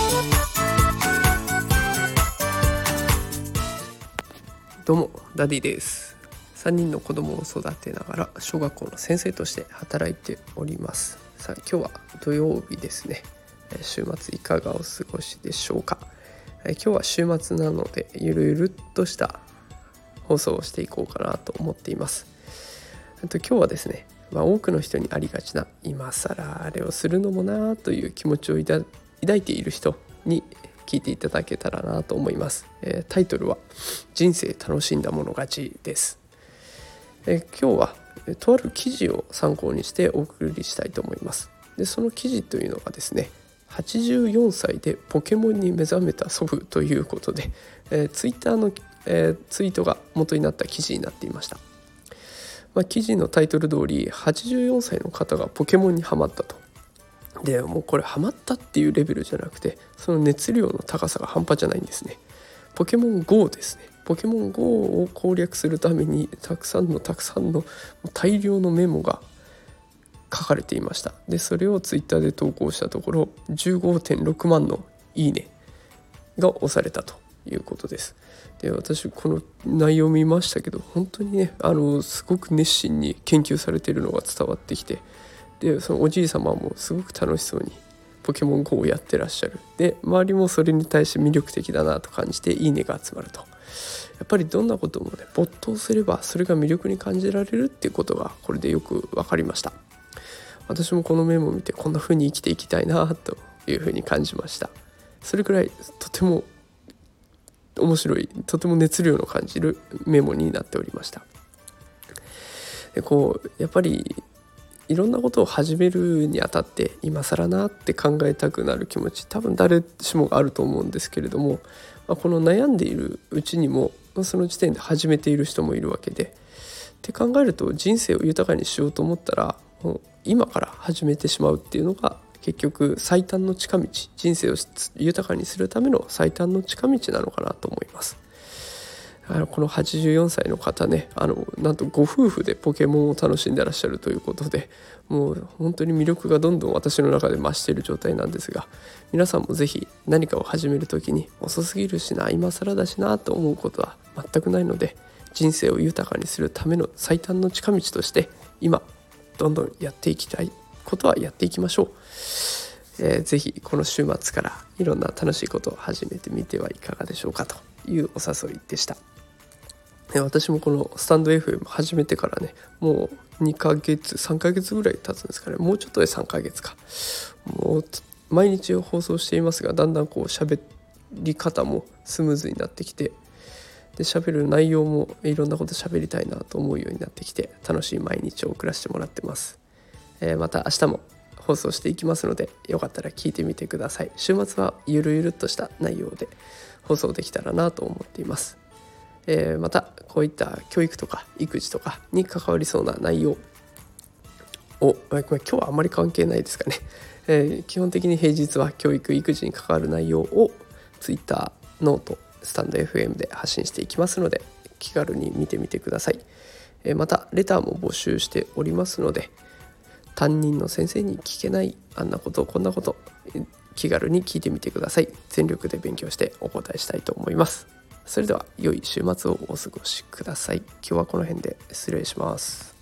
どうもダディです。3人の子供を育てながら小学校の先生として働いております。さあ今日は土曜日ですね。週末いかがお過ごしでしょうか。今日は週末なのでゆるゆるっとした放送をしていこうかなと思っています。今日はですね、多くの人にありがちな今更あれをするのもなという気持ちを抱いている人に聞いていただけたらなと思います。タイトルは人生楽しんだもの勝ちです。今日はとある記事を参考にしてお送りしたいと思います。でその記事というのがですね、84歳でポケモンに目覚めた祖父ということで、ツイッターの、ツイートが元になった記事になっていました。記事のタイトル通り84歳の方がポケモンにハマったと。でもうこれハマったっていうレベルじゃなくて、その熱量の高さが半端じゃないんですね。ポケモン GO ですね。ポケモン GO を攻略するためにたくさんの大量のメモが書かれていました。でそれをツイッターで投稿したところ 15.6 万のいいねが押されたということです。で私この内容を見ましたけど、本当にねすごく熱心に研究されているのが伝わってきて、でそのおじい様もすごく楽しそうにポケモン GO をやってらっしゃる。で周りもそれに対して魅力的だなと感じていいねが集まると。やっぱりどんなこともね没頭すればそれが魅力に感じられるっていうことがこれでよく分かりました。私もこのメモを見てこんな風に生きていきたいなという風に感じました。それくらいとても面白い、とても熱量の感じるメモになっておりました。でやっぱりいろんなことを始めるにあたって今更なって考えたくなる気持ち、多分誰しもがあると思うんですけれども、この悩んでいるうちにもその時点で始めている人もいるわけで、って考えると人生を豊かにしようと思ったらもう今から始めてしまうっていうのが結局最短の近道、人生を豊かにするための最短の近道なのかなと思います。この84歳の方ね、なんとご夫婦でポケモンを楽しんでらっしゃるということで、もう本当に魅力がどんどん私の中で増している状態なんですが、皆さんもぜひ何かを始めるときに遅すぎるしな、今更だしなと思うことは全くないので、人生を豊かにするための最短の近道として今どんどんやっていきたいことはやっていきましょう。ぜひこの週末からいろんな楽しいことを始めてみてはいかがでしょうかというお誘いでした。私もこのスタンド FM 始めてからね、もう2ヶ月3ヶ月ぐらい経つんですかね。もうちょっとで3ヶ月か。もう毎日放送していますが、だんだん喋り方もスムーズになってきて、で喋る内容もいろんなこと喋りたいなと思うようになってきて、楽しい毎日を送らせてもらってます。また明日も放送していきますので、よかったら聞いてみてください。週末はゆるゆるっとした内容で放送できたらなと思っています。またこういった教育とか育児とかに関わりそうな内容を、今日はあまり関係ないですかね、基本的に平日は教育育児に関わる内容を Twitter、ノート、スタンド FM で発信していきますので、気軽に見てみてください。またレターも募集しておりますので、担任の先生に聞けないあんなことこんなこと、気軽に聞いてみてください。全力で勉強してお答えしたいと思います。それでは良い週末をお過ごしください。今日はこの辺で失礼します。